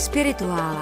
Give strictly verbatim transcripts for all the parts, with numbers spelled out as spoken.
Spirituála.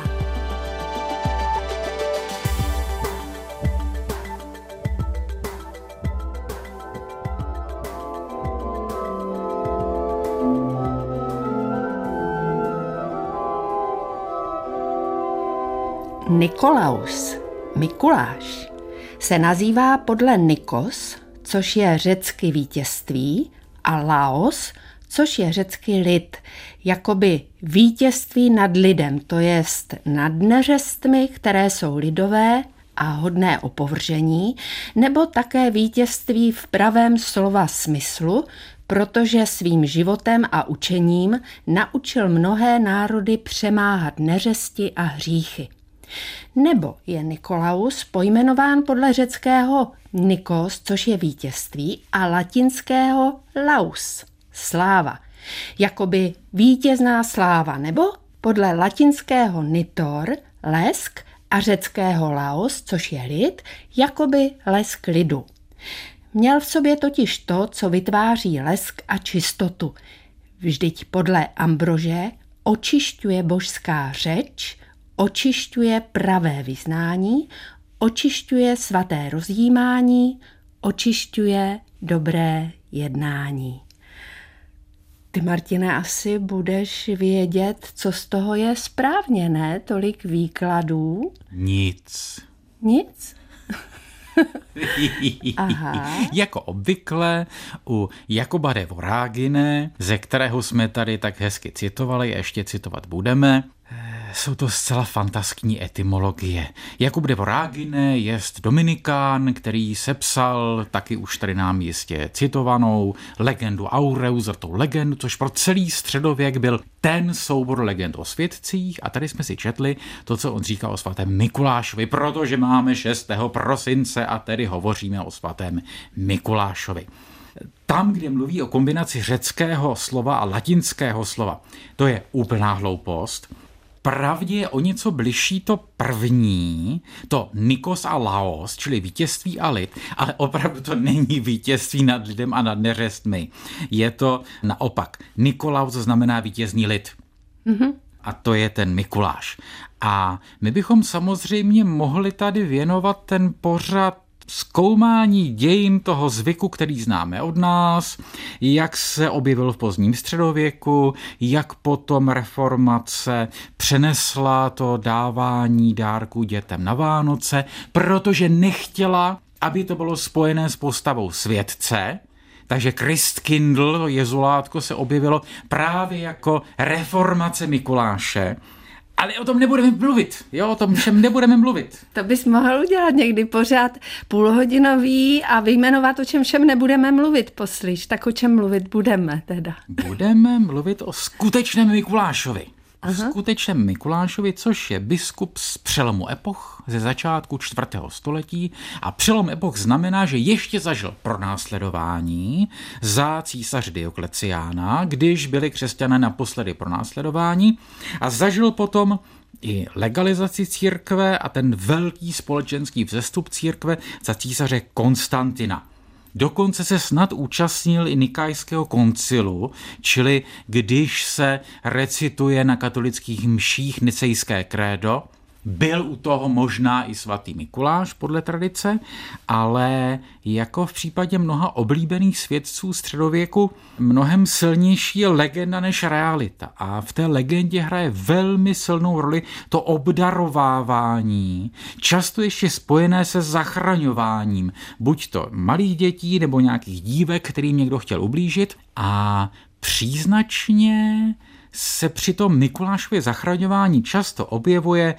Nikolaus, Mikuláš, se nazývá podle Nikos, což je řecky vítězství, a Laos, což je řecky lid, jakoby vítězství nad lidem, to jest nad neřestmi, které jsou lidové a hodné opovržení, nebo také vítězství v pravém slova smyslu, protože svým životem a učením naučil mnohé národy přemáhat neřesti a hříchy. Nebo je Nikolaus pojmenován podle řeckého Nikos, což je vítězství, a latinského laus, sláva, jakoby vítězná sláva, nebo podle latinského nitor, lesk, a řeckého laos, což je lid, jakoby lesk lidu. Měl v sobě totiž to, co vytváří lesk a čistotu. Vždyť podle Ambrože očišťuje božská řeč, očišťuje pravé vyznání, očišťuje svaté rozjímání, očišťuje dobré jednání. Ty, Martine, asi budeš vědět, co z toho je správně, ne? Tolik výkladů. Nic. Nic? Aha. Jako obvykle u Jakoba de Voragine, ze kterého jsme tady tak hezky citovali a ještě citovat budeme, jsou to zcela fantaskní etymologie. Jakub de Voragine jest Dominikán, který sepsal taky už tady nám jistě citovanou legendu Aureus, tou legendu, což pro celý středověk byl ten soubor legend o světcích, a tady jsme si četli to, co on říká o svatém Mikulášovi, protože máme šestého prosince a tedy hovoříme o svatém Mikulášovi. Tam, kde mluví o kombinaci řeckého slova a latinského slova, to je úplná hloupost. Pravdě je o něco bližší to první, to Nikos a Laos, čili vítězství a lid, ale opravdu to není vítězství nad lidem a nad neřestmi. Je to naopak. Nikolaus znamená vítězný lid. Mm-hmm. A to je ten Mikuláš. A my bychom samozřejmě mohli tady věnovat ten pořad zkoumání dějin toho zvyku, který známe od nás, jak se objevil v pozdním středověku, jak potom reformace přenesla to dávání dárků dětem na Vánoce, protože nechtěla, aby to bylo spojené s postavou světce. Takže Christkindl, jezulátko, se objevilo právě jako reformace Mikuláše. Ale o tom nebudeme mluvit, jo, o tom všem nebudeme mluvit. To bys mohl udělat někdy pořád půlhodinový a vyjmenovat, o čem všem nebudeme mluvit, poslyš. Tak o čem mluvit budeme teda? Budeme mluvit o skutečném Mikulášovi. O skutečném Mikulášovi, což je biskup z přelomu epoch ze začátku čtvrtého století, a přelom epoch znamená, že ještě zažil pronásledování za císaře Diokleciána, když byli křesťané naposledy pronásledováni, a zažil potom i legalizaci církve a ten velký společenský vzestup církve za císaře Konstantina. Dokonce se snad účastnil i Nikajského koncilu, čili když se recituje na katolických mších nicejské krédo. Byl u toho možná i svatý Mikuláš podle tradice, ale jako v případě mnoha oblíbených svědců středověku mnohem silnější je legenda než realita. A v té legendě hraje velmi silnou roli to obdarovávání, často ještě spojené se zachraňováním, buď to malých dětí nebo nějakých dívek, kterým někdo chtěl ublížit. A příznačně se při tom Mikulášově zachraňování často objevuje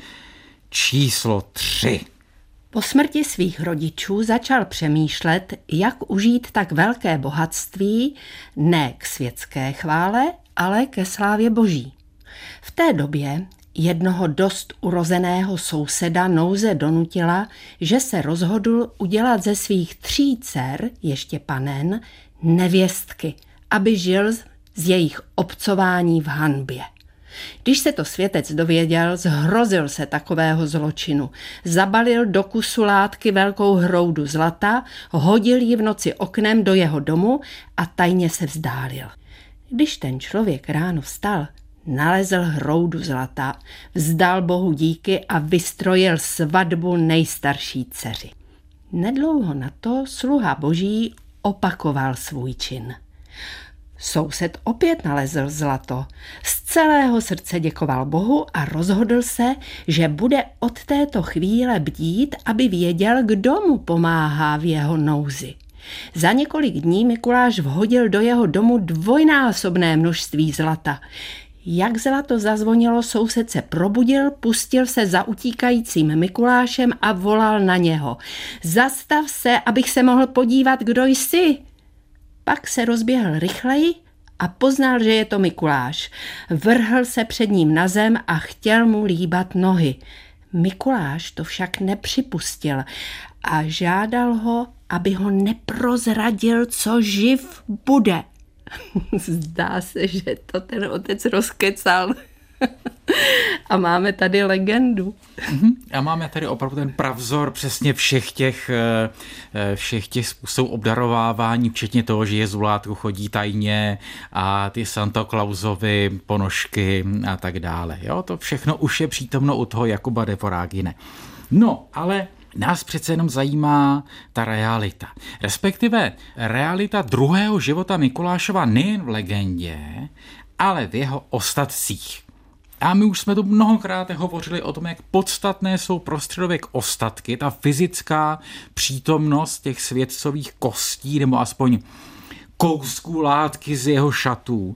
číslo tři. Po smrti svých rodičů začal přemýšlet, jak užít tak velké bohatství ne k světské chvále, ale ke slávě boží. V té době jednoho dost urozeného souseda nouze donutila, že se rozhodl udělat ze svých tří dcer, ještě panen, nevěstky, aby žil z jejich obcování v hanbě. Když se to světec dověděl, zhrozil se takového zločinu. Zabalil do kusu látky velkou hroudu zlata, hodil ji v noci oknem do jeho domu a tajně se vzdálil. Když ten člověk ráno vstal, nalezl hroudu zlata, vzdal Bohu díky a vystrojil svatbu nejstarší dceři. Nedlouho na to sluha Boží opakoval svůj čin. Soused opět nalezl zlato, z celého srdce děkoval Bohu a rozhodl se, že bude od této chvíle bdít, aby věděl, kdo mu pomáhá v jeho nouzi. Za několik dní Mikuláš vhodil do jeho domu dvojnásobné množství zlata. Jak zlato zazvonilo, soused se probudil, pustil se za utíkajícím Mikulášem a volal na něho. Zastav se, abych se mohl podívat, kdo jsi. Pak se rozběhl rychleji a poznal, že je to Mikuláš. Vrhl se před ním na zem a chtěl mu líbat nohy. Mikuláš to však nepřipustil a žádal ho, aby ho neprozradil, co živ bude. Zdá se, že to ten otec rozkecal. A máme tady legendu. A máme tady opravdu ten pravzor přesně všech těch, všech těch způsobů obdarovávání, včetně toho, že jezulátko chodí tajně a ty Santa Clausovy ponožky a tak dále. Jo, to všechno už je přítomno u toho Jakuba de Voragine. No, ale nás přece jenom zajímá ta realita. Respektive realita druhého života Mikulášova nejen v legendě, ale v jeho ostatcích. A my už jsme tu mnohokrát hovořili o tom, jak podstatné jsou pro středověk ostatky, ta fyzická přítomnost těch světcových kostí, nebo aspoň kousků látky z jeho šatů.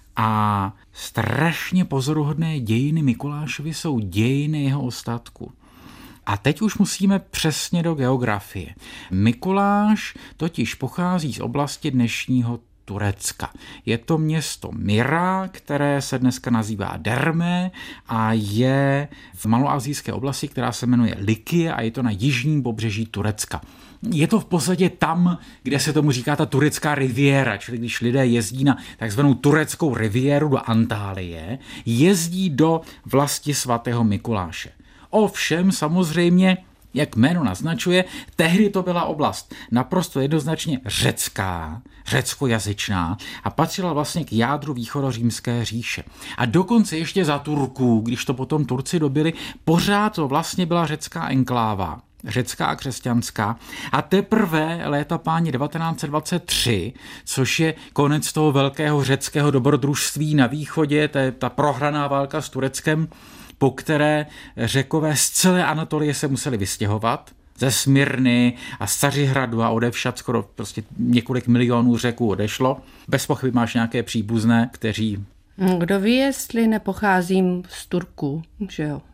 A strašně pozoruhodné dějiny Mikulášovi jsou dějiny jeho ostatku. A teď už musíme přesně do geografie. Mikuláš totiž pochází z oblasti dnešního Turecka. Je to město Myra, které se dneska nazývá Derme a je v maloasijské oblasti, která se jmenuje Likie a je to na jižním pobřeží Turecka. Je to v podstatě tam, kde se tomu říká ta turecká riviéra, čili když lidé jezdí na takzvanou tureckou riviéru do Antálie, jezdí do vlasti svatého Mikuláše. Ovšem samozřejmě, jak jméno naznačuje, tehdy to byla oblast naprosto jednoznačně řecká, řeckojazyčná a patřila vlastně k jádru východořímské říše. A dokonce ještě za Turků, když to potom Turci dobili, pořád to vlastně byla řecká enkláva, řecká a křesťanská. A teprve léta páně devatenáct set dvacet tři, což je konec toho velkého řeckého dobrodružství na východě, to je ta prohraná válka s Tureckem, po které Řekové z celé Anatolie se museli vystěhovat, ze Smyrny a z Cařihradu a odevšad skoro prostě několik milionů Řeků odešlo. Bez pochyby máš nějaké příbuzné, kteří... Kdo ví, jestli nepocházím z Turků, že jo?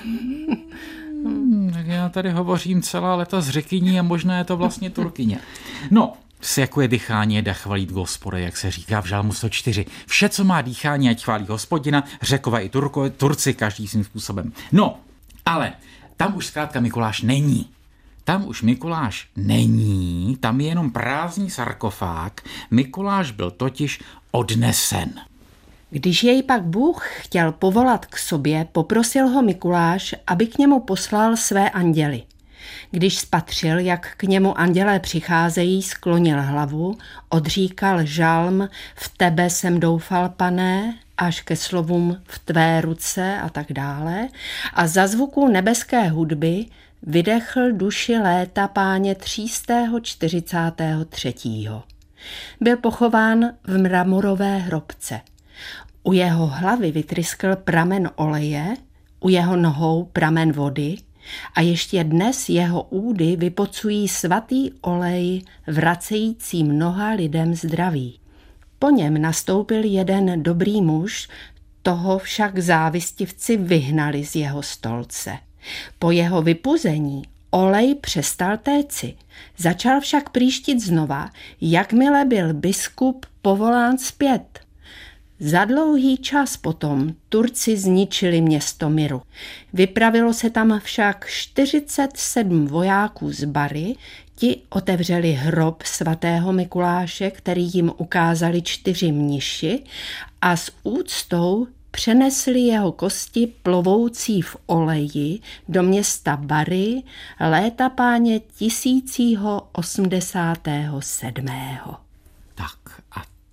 hmm, já tady hovořím celá léta z Řekyní a možná je to vlastně Turkyně. No, se jako je dýchání, jde chvalit Gospode, jak se říká v Žalmu sto čtyři. Vše, co má dýchání, ať chválí Hospodina, Řekové i Turko, Turci každý svým způsobem. No, ale tam už zkrátka Mikuláš není. Tam už Mikuláš není, tam je jenom prázdný sarkofág. Mikuláš byl totiž odnesen. Když jej pak Bůh chtěl povolat k sobě, poprosil ho Mikuláš, aby k němu poslal své anděly. Když spatřil, jak k němu andělé přicházejí, sklonil hlavu, odříkal žalm, v tebe jsem doufal, Pane, až ke slovům v tvé ruce a tak dále, a za zvuku nebeské hudby vydechl duši léta Páně třístého čtyřicátého třetího. Byl pochován v mramorové hrobce. U jeho hlavy vytryskl pramen oleje, u jeho nohou pramen vody, a ještě dnes jeho údy vypocují svatý olej, vracející mnoha lidem zdraví. Po něm nastoupil jeden dobrý muž, toho však závistivci vyhnali z jeho stolce. Po jeho vypuzení olej přestal téci, začal však prýštit znova, jakmile byl biskup povolán zpět. Za dlouhý čas potom Turci zničili město Myru. Vypravilo se tam však čtyřicet sedm vojáků z Bary, ti otevřeli hrob svatého Mikuláše, který jim ukázali čtyři mniši a s úctou přenesli jeho kosti plovoucí v oleji do města Bary léta páně tisícího osmdesátého sedmého. Tak a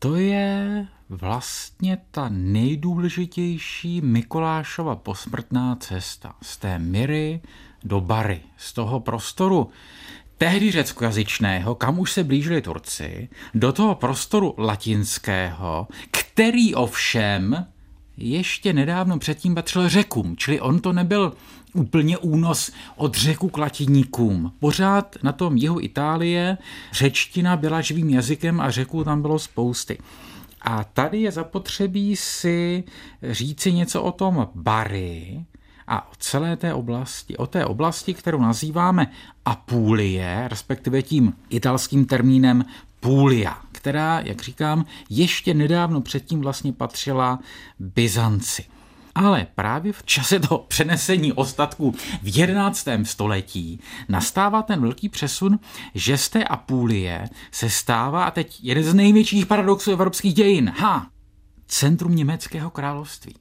to je vlastně ta nejdůležitější Mikulášova posmrtná cesta z té Myry do Bari, z toho prostoru tehdy řeckojazyčného, kam už se blížili Turci, do toho prostoru latinského, který ovšem ještě nedávno předtím patřil Řekům, čili on to nebyl úplně únos od Řeků k latiníkům. Pořád na tom jihu Itálie řečtina byla živým jazykem a Řeků tam bylo spousty. A tady je zapotřebí si říci něco o tom Bari a o celé té oblasti, o té oblasti, kterou nazýváme Apulie, respektive tím italským termínem Puglia, která, jak říkám, ještě nedávno předtím vlastně patřila Byzanci. Ale právě v čase toho přenesení ostatků v jedenáctém století nastává ten velký přesun, že z té Apulie se stává, a teď jeden z největších paradoxů evropských dějin, ha, centrum německého království,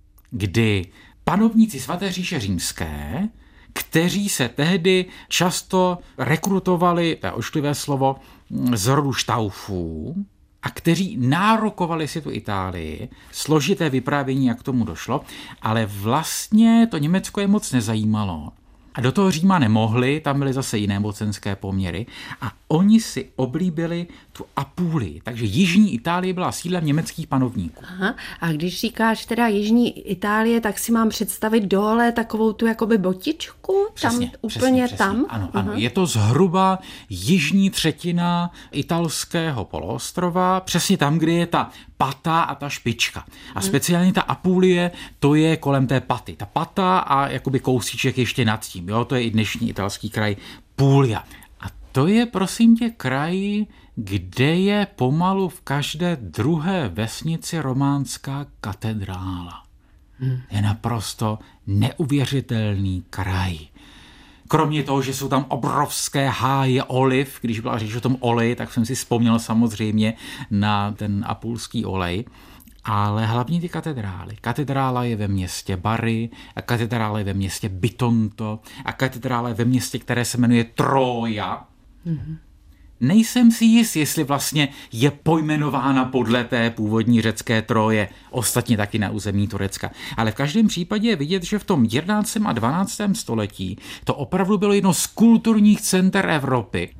kdy panovníci Svaté říše římské, kteří se tehdy často rekrutovali, to je ošklivé slovo, z rodu Štaufů, a kteří nárokovali si tu Itálii, složité vyprávění, jak k tomu došlo, ale vlastně to Německo je moc nezajímalo. A do toho Říma nemohli, tam byly zase jiné mocenské poměry a oni si oblíbili tu Apulii. Takže jižní Itálie byla sídlem německých panovníků. Aha. A když říkáš teda jižní Itálie, tak si mám představit dole takovou tu jakoby botičku? Přesně, tam úplně přesně, tam? Přesně. Ano, ano. Je to zhruba jižní třetina italského poloostrova, přesně tam, kde je ta pata a ta špička. A speciálně ta Apulie, to je kolem té paty. Ta pata a jakoby kousíček ještě nad tím. Jo? To je i dnešní italský kraj Puglia. A to je, prosím tě, kraj, kde je pomalu v každé druhé vesnici románská katedrála. Hmm. Je naprosto neuvěřitelný kraj. Kromě toho, že jsou tam obrovské háje oliv, když byla řeč o tom oleji, tak jsem si vzpomněl samozřejmě na ten apulský olej, ale hlavně ty katedrály. Katedrála je ve městě Bari, a katedrála je ve městě Bitonto, a katedrála je ve městě, které se jmenuje Troja. Mm-hmm. Nejsem si jist, jestli vlastně je pojmenována podle té původní řecké Troje, ostatně taky na území Turecka. Ale v každém případě je vidět, že v tom jedenáctém a dvanáctém století to opravdu bylo jedno z kulturních center Evropy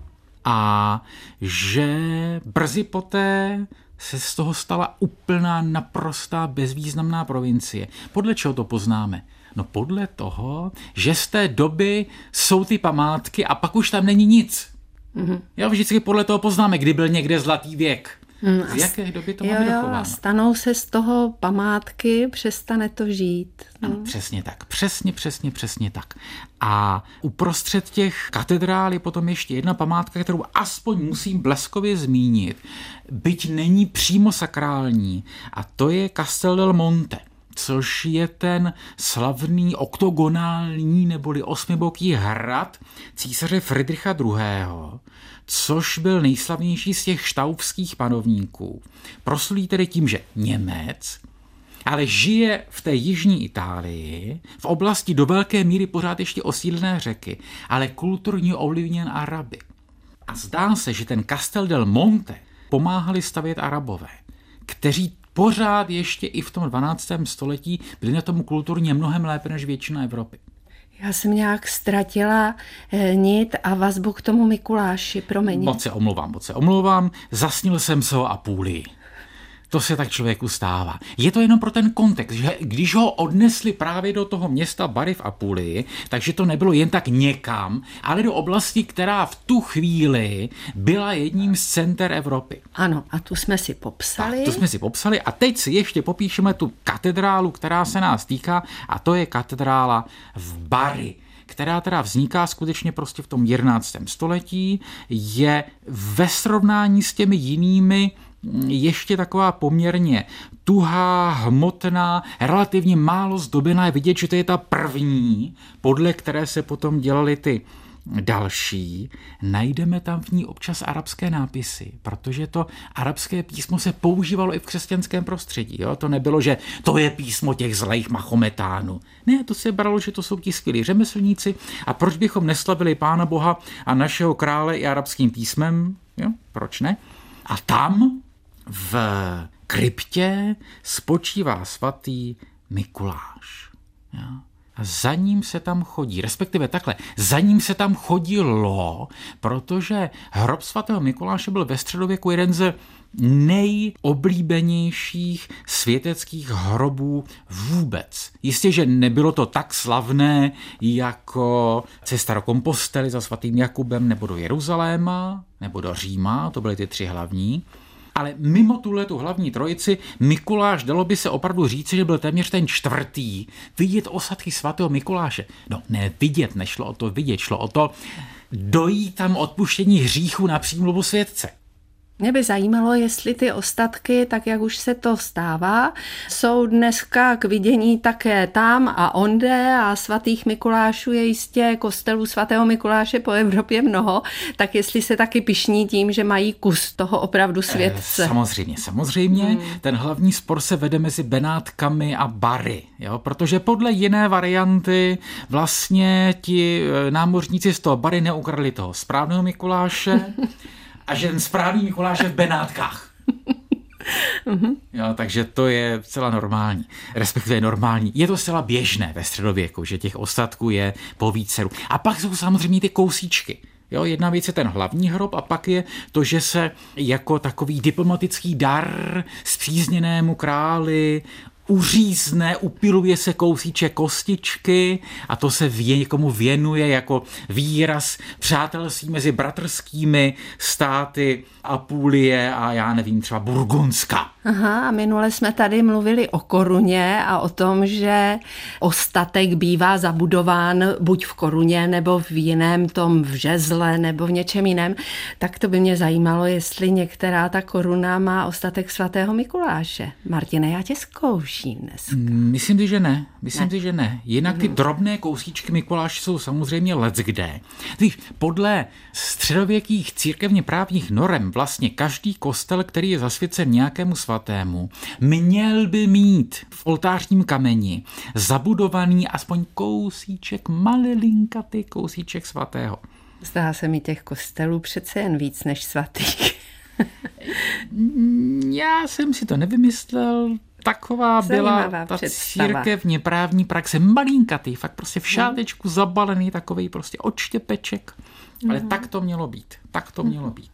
a že brzy poté se z toho stala úplná naprostá bezvýznamná provincie. Podle čeho to poznáme? No podle toho, že z té doby jsou ty památky a pak už tam není nic. Mm-hmm. Jo, vždycky podle toho poznáme, kdy byl někde zlatý věk. Mm, z jaké doby to máme dochováno. Stanou se z toho památky, přestane to žít. Ano, mm. Přesně tak. Přesně, přesně, přesně tak. A uprostřed těch katedrál je potom ještě jedna památka, kterou aspoň musím bleskově zmínit, byť není přímo sakrální, a to je Castel del Monte, což je ten slavný oktogonální neboli osmiboký hrad císaře Fridricha druhého., což byl nejslavnější z těch štaufských panovníků. Proslulý tedy tím, že Němec, ale žije v té jižní Itálii, v oblasti do velké míry pořád ještě osídlené Řeky, ale kulturně ovlivněn Araby. A zdá se, že ten Castel del Monte pomáhali stavět Arabové, kteří pořád ještě i v tom dvanáctém století byli na tom kulturně mnohem lépe než většina Evropy. Já jsem nějak ztratila nit a vazbu k tomu Mikuláši, promiň. Moc se omlouvám, moc se omlouvám, zasnil jsem se o Apulii. To se tak člověku stává. Je to jenom pro ten kontext, že když ho odnesli právě do toho města Bari v Apulii, takže to nebylo jen tak někam, ale do oblasti, která v tu chvíli byla jedním z center Evropy. Ano, a tu jsme si popsali. Tak, tu jsme si popsali a teď si ještě popíšeme tu katedrálu, která se nás týká, a to je katedrála v Bari, která teda vzniká skutečně prostě v tom jedenáctém století, je ve srovnání s těmi jinými ještě taková poměrně tuhá, hmotná, relativně málo zdobená. Je vidět, že to je ta první, podle které se potom dělaly ty další. Najdeme tam v ní občas arabské nápisy, protože to arabské písmo se používalo i v křesťanském prostředí. Jo? To nebylo, že to je písmo těch zlejch Mahometánů. Ne, to se bralo, že to jsou ti skvělí řemeslníci a proč bychom neslavili Pána Boha a našeho krále i arabským písmem? Jo? Proč ne? A tam v kryptě spočívá svatý Mikuláš. Jo? A za ním se tam chodí, respektive takhle, za ním se tam chodilo, protože hrob svatého Mikuláše byl ve středověku jeden ze nejoblíbenějších světeckých hrobů vůbec. Jistě, že nebylo to tak slavné jako cesta do Kompostely za svatým Jakubem nebo do Jeruzaléma nebo do Říma, to byly ty tři hlavní. Ale mimo tuhletu hlavní trojici Mikuláš, dalo by se opravdu říci, že byl téměř ten čtvrtý. Vidět osadky svatého Mikuláše. No ne vidět, nešlo o to vidět, šlo o to dojít tam odpuštění hříchu na přímluvu světce. Mě by zajímalo, jestli ty ostatky, tak jak už se to stává, jsou dneska k vidění také tam a onde a svatých Mikulášů je jistě kostelů svatého Mikuláše po Evropě mnoho, tak jestli se taky pyšní tím, že mají kus toho opravdu světce. Samozřejmě, samozřejmě. Hmm. Ten hlavní spor se vede mezi Benátkami a Bari, jo? Protože podle jiné varianty vlastně ti námořníci z toho Bari neukradli toho správného Mikuláše, a že ten správný Mikuláš je v Benátkách. Jo, takže to je zcela normální. Respektive normální. Je to zcela běžné ve středověku, že těch ostatků je po víceru. A pak jsou samozřejmě ty kousíčky. Jo, jedna věc je ten hlavní hrob a pak je to, že se jako takový diplomatický dar spřízněnému králi uřízne, upiluje se kousíček kostičky a to se někomu věnuje jako výraz přátelství mezi bratrskými státy Apulie a já nevím, třeba Burgundska. Aha, a minule jsme tady mluvili o koruně a o tom, že ostatek bývá zabudován buď v koruně nebo v jiném tom v žezle nebo v něčem jiném. Tak to by mě zajímalo, jestli některá ta koruna má ostatek svatého Mikuláše. Martine, já tě zkouším dneska. Myslím si, že ne. Myslím ne. si, že ne. Jinak ty drobné kousíčky Mikuláše jsou samozřejmě leckde. Víš, podle středověkých církevně právních norem vlastně každý kostel, který je zasvěcen nějakému svatému, měl by mít v oltářním kameni zabudovaný aspoň kousíček, malilinkatý kousíček svatého. Zdá se mi těch kostelů přece jen víc než svatých. Já jsem si to nevymyslel. Taková Zajímavá byla ta církevně právní praxe. Malinkatý, fakt prostě v šátečku zabalený, takovej prostě odštěpeček. Ale tak to mělo být. Tak to mělo být.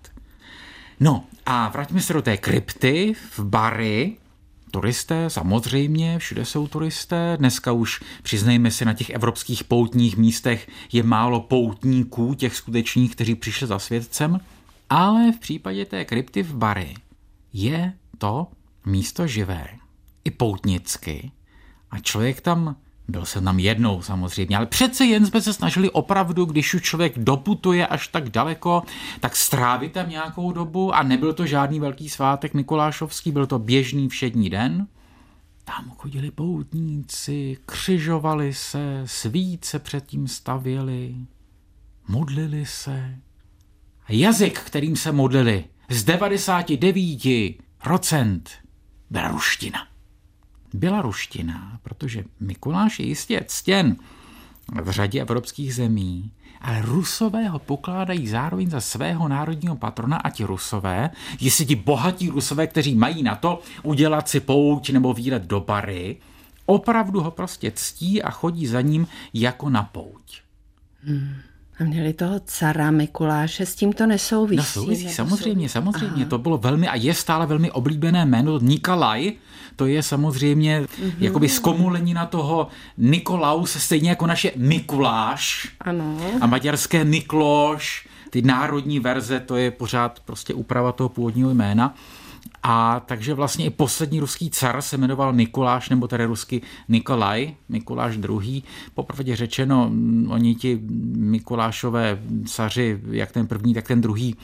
No a vraťme se do té krypty v Bari. Turisté, samozřejmě, všude jsou turisté. Dneska už, přiznejme si, na těch evropských poutních místech je málo poutníků, těch skutečných, kteří přišli za světcem. Ale v případě té krypty v Bari je to místo živé. I poutnicky. A člověk tam, byl jsem tam jednou samozřejmě, ale přece jen jsme se snažili opravdu, když už člověk doputuje až tak daleko, tak strávit tam nějakou dobu a nebyl to žádný velký svátek mikulášovský, byl to běžný všední den. Tam chodili poutníci, křižovali se, svíce předtím stavěli, modlili se. A jazyk, kterým se modlili, z devadesát devět procent byla ruština. Byla ruština, protože Mikuláš je jistě ctěn v řadě evropských zemí, ale Rusové ho pokládají zároveň za svého národního patrona a ti Rusové, jestli ti bohatí Rusové, kteří mají na to udělat si pouť nebo výlet do Bari, opravdu ho prostě ctí a chodí za ním jako na pouť. Hmm. A měli toho cara Mikuláše, s tím to nesouvisí? No souvisí, samozřejmě, samozřejmě. Aha. To bylo velmi a je stále velmi oblíbené jméno Nikolaj. To je samozřejmě mm-hmm. jakoby zkomulenina toho Nikolaus, stejně jako naše Mikuláš. Ano. A maďarské Mikloš, ty národní verze, to je pořád prostě úprava toho původního jména. A takže vlastně i poslední ruský car se jmenoval Mikuláš, nebo tedy rusky Nikolaj, Mikuláš druhý. Popravdě řečeno, oni ti Mikulášové caři, jak ten první, tak ten druhý,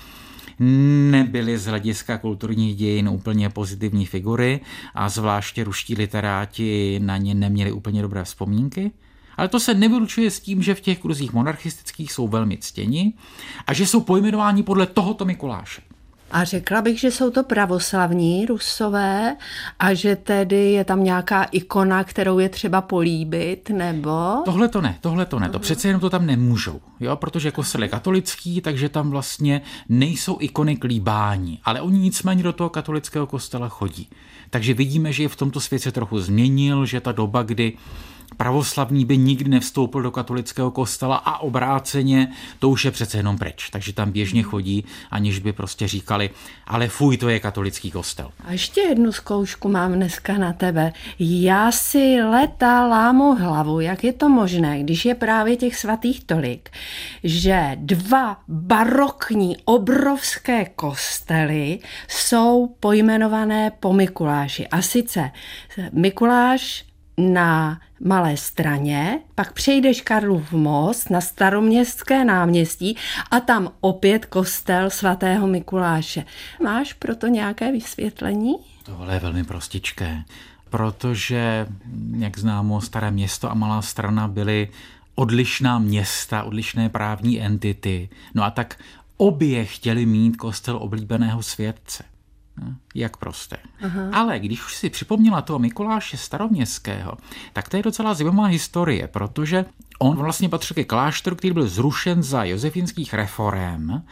nebyly z hlediska kulturních dějin úplně pozitivní figury a zvláště ruští literáti na ně neměli úplně dobré vzpomínky. Ale to se nevylučuje s tím, že v těch kruzích monarchistických jsou velmi ctěni a že jsou pojmenováni podle tohoto Mikuláše. A řekla bych, že jsou to pravoslavní Rusové a že tedy je tam nějaká ikona, kterou je třeba políbit, nebo? Tohle to ne, tohle to ne, to přece jenom to tam nemůžou, jo, protože kostel je katolický, takže tam vlastně nejsou ikony k líbání, ale oni nicméně do toho katolického kostela chodí. Takže vidíme, že je v tomto svět se trochu změnil, že ta doba, kdy pravoslavný by nikdy nevstoupil do katolického kostela a obráceně, to už je přece jenom pryč. Takže tam běžně chodí, aniž by prostě říkali, ale fuj, to je katolický kostel. A ještě jednu zkoušku mám dneska na tebe. Já si leta lámu hlavu, jak je to možné, když je právě těch svatých tolik, že dva barokní obrovské kostely jsou pojmenované po Mikuláši. A sice Mikuláš na Malé Straně, pak přejdeš Karlův most na Staroměstské náměstí a tam opět kostel svatého Mikuláše. Máš proto nějaké vysvětlení? Tohle je velmi prostičké, protože, jak známo, Staré Město a Malá Strana byly odlišná města, odlišné právní entity. No a tak obě chtěli mít kostel oblíbeného světce. Jak prosté. Aha. Ale když už si připomněla toho Mikuláše Staroměstského, tak to je docela zajímavá historie, protože on vlastně patřil ke klášteru, který byl zrušen za josefínských reforem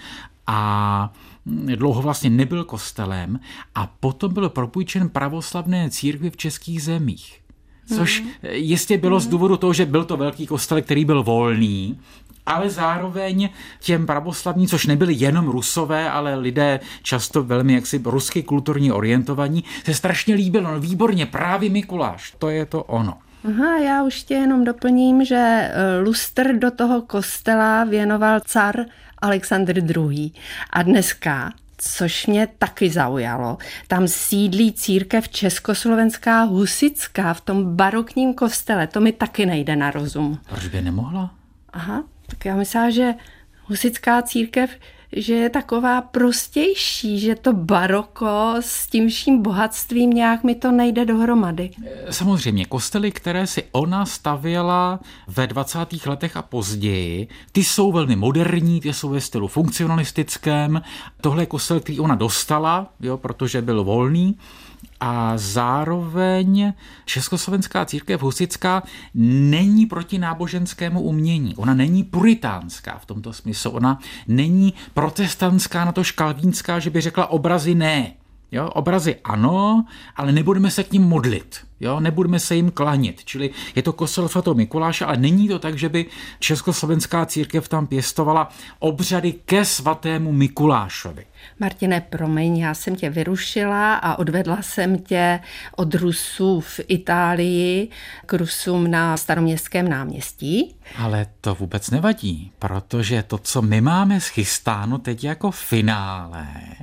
a dlouho vlastně nebyl kostelem a potom byl propůjčen pravoslavné církvi v českých zemích. Což hmm. jistě bylo hmm. z důvodu toho, že byl to velký kostel, který byl volný, ale zároveň těm pravoslavní, což nebyli jenom Rusové, ale lidé často velmi jaksi rusky kulturně orientovaní, se strašně líbilo. No výborně, právě Mikuláš, to je to ono. Aha, já už tě jenom doplním, že lustr do toho kostela věnoval car Alexandr druhý. A dneska, což mě taky zaujalo, tam sídlí církev Československá husitská v tom barokním kostele. To mi taky nejde na rozum. Proč by nemohla? Aha, tak já myslím, že husitská církev, že je taková prostější, že to baroko s tím vším bohatstvím nějak mi to nejde dohromady. Samozřejmě, kostely, které si ona stavěla ve dvacátých letech a později, ty jsou velmi moderní, ty jsou ve stylu funkcionalistickém. Tohle je kostel, který ona dostala, jo, protože byl volný. A zároveň Československá církev husitská není proti náboženskému umění. Ona není puritánská v tomto smyslu. Ona není protestantská, na to kalvínská, že by řekla obrazy ne. Jo, obrazy ano, ale nebudeme se k ním modlit. Jo, nebudeme se jim klanit. Čili je to kostel svatého Mikuláše, ale není to tak, že by Československá církev tam pěstovala obřady ke svatému Mikulášovi. Martine, promiň, já jsem tě vyrušila a odvedla jsem tě od Rusů v Itálii k Rusům na Staroměstském náměstí. Ale to vůbec nevadí, protože to, co my máme schystáno teď jako finále,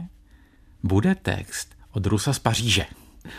bude text od Rusa z Paříže.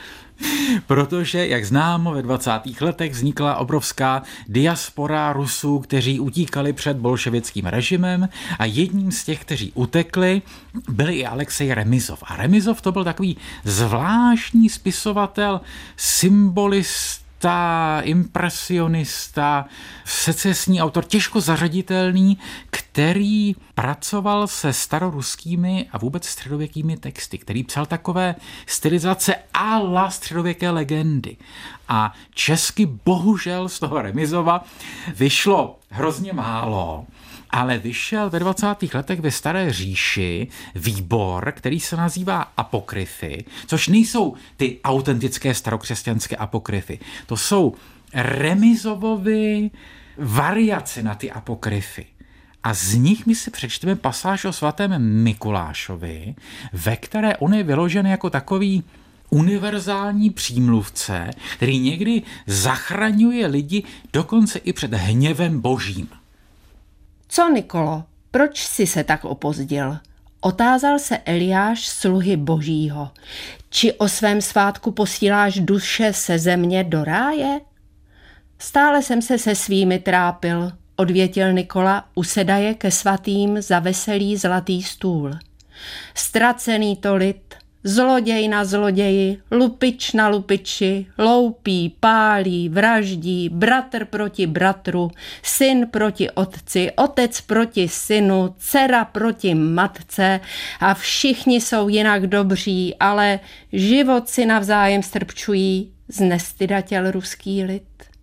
Protože, jak známo, ve dvacátých letech vznikla obrovská diaspora Rusů, kteří utíkali před bolševickým režimem a jedním z těch, kteří utekli, byl i Alexej Remizov. A Remizov to byl takový zvláštní spisovatel, symbolista, impresionista, secesní autor, těžko zařaditelný, který pracoval se staroruskými a vůbec středověkými texty, který psal takové stylizace a la středověké legendy. A česky bohužel z toho Remizova vyšlo hrozně málo, ale vyšel ve dvacátých letech ve Staré říši výbor, který se nazývá apokryfy, což nejsou ty autentické starokřesťanské apokryfy. To jsou Remizovovy variace na ty apokryfy. A z nich my si přečteme pasáž o svatém Mikulášovi, ve které on je vyložen jako takový univerzální přímluvce, který někdy zachraňuje lidi dokonce i před hněvem božím. Co, Nikolo, proč jsi se tak opozdil? Otázal se Eliáš sluhy božího. Či o svém svátku posíláš duše se země do ráje? Stále jsem se se svými trápil, odvětil Nikola, usedaje ke svatým za veselý zlatý stůl. Ztracený to lid, Zloděj na zloději, lupič na lupiči, loupí, pálí, vraždí, bratr proti bratru, syn proti otci, otec proti synu, dcera proti matce a všichni jsou jinak dobří, ale život si navzájem strpčují, znestydatěl ruský lid.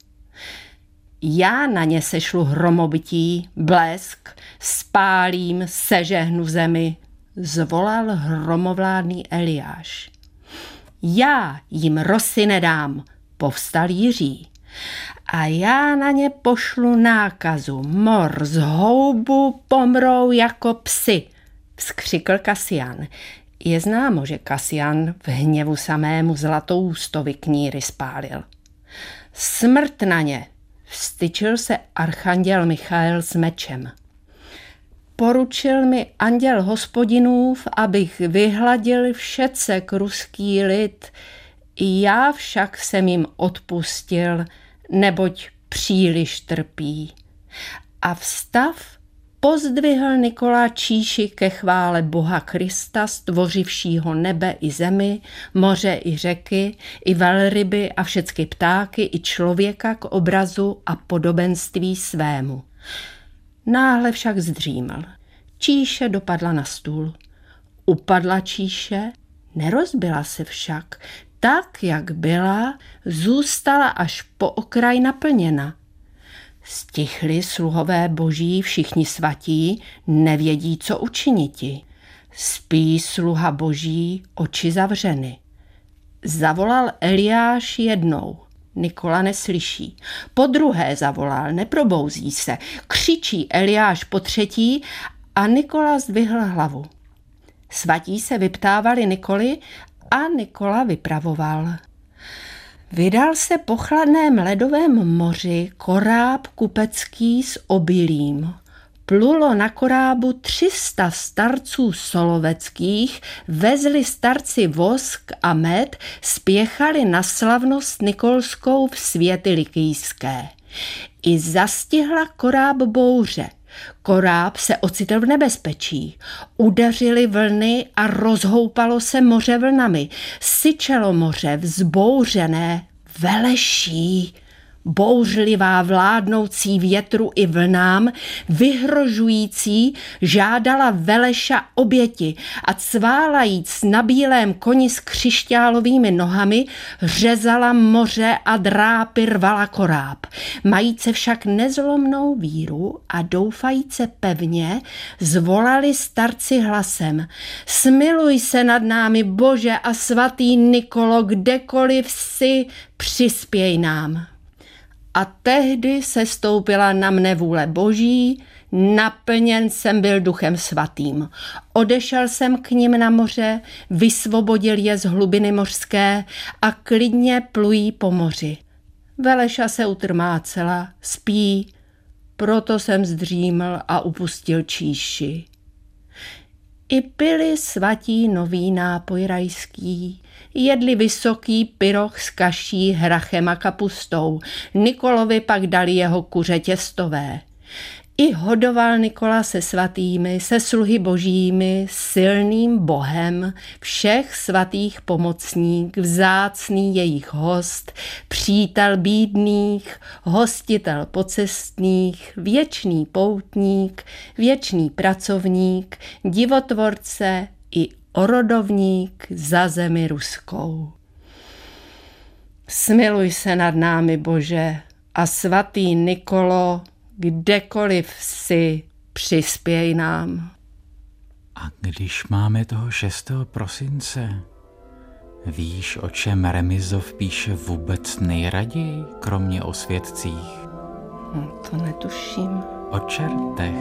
Já na ně sešlu hromobytí, blesk, spálím, sežehnu zemi, zvolal hromovládný Eliáš. Já jim rosy nedám, povstal Jiří. A já na ně pošlu nákazu, mor z houbu pomrou jako psi, vzkřikl Kasian. Je známo, že Kasian v hněvu samému Zlatoustovi kníry spálil. Smrt na ně, vstyčil se archanděl Michael s mečem. Poručil mi anděl Hospodinův, abych vyhladil všecek ruský lid, i já však jsem jim odpustil, neboť příliš trpí. A vstav pozdvihl Nikola číši ke chvále Boha Krista, stvořivšího nebe i zemi, moře i řeky, i velryby a všecky ptáky, i člověka k obrazu a podobenství svému. Náhle však zdřímal. Číše dopadla na stůl. Upadla číše, nerozbila se však. Tak, jak byla, zůstala až po okraj naplněna. Stichli sluhové boží, všichni svatí, nevědí, co učiniti. Spí sluha boží, oči zavřeny. Zavolal Eliáš jednou. Nikola neslyší. Po druhé zavolal, neprobouzí se. Křičí Eliáš po třetí a Nikola zdvihl hlavu. Svatí se vyptávali Nikoli a Nikola vypravoval. Vydal se po chladném ledovém moři koráb kupecký s obilím. Plulo na korábu tři sta starců soloveckých, vezli starci vosk a med, spěchali na slavnost nikolskou v světy likijské. I zastihla koráb bouře. Koráb se ocitl v nebezpečí. Udařily vlny a rozhoupalo se moře vlnami. Syčelo moře vzbouřené, veleší. Bouřlivá vládnoucí větru i vlnám, vyhrožující, žádala Veleša oběti a cválajíc na bílém koni s křišťálovými nohami řezala moře a drápy rvala koráb. Majíce však nezlomnou víru a doufajíce pevně, zvolali starci hlasem: Smiluj se nad námi, Bože a svatý Nikolo, kdekoliv si, přispěj nám. A tehdy se stoupila na mne vůle boží, naplněn jsem byl duchem svatým. Odešel jsem k nim na moře, vysvobodil je z hlubiny mořské a klidně plují po moři. Veleša se utrmácela, spí, proto jsem zdříml a upustil číši. I pili svatí nový nápoj rajský, jedli vysoký pyroch s kaší, hrachem a kapustou. Nikolovi pak dali jeho kuře těstové. I hodoval Nikola se svatými, se sluhy božími, silným bohem, všech svatých pomocník, vzácný jejich host, přítel bídných, hostitel pocestných, věčný poutník, věčný pracovník, divotvorce i orodovník za zemi ruskou. Smiluj se nad námi, Bože, a svatý Nikolo, kdekoliv si, přispěj nám. A když máme toho šestého prosince, víš, o čem Remizov píše vůbec nejraději, kromě o svědcích? No, to netuším. O čertech.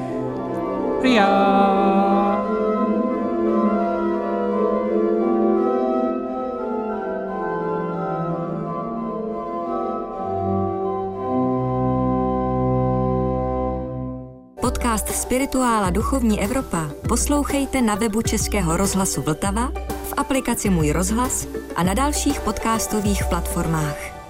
Já. Podcast Spirituála Duchovní Evropa poslouchejte na webu Českého rozhlasu Vltava, v aplikaci Můj rozhlas a na dalších podcastových platformách.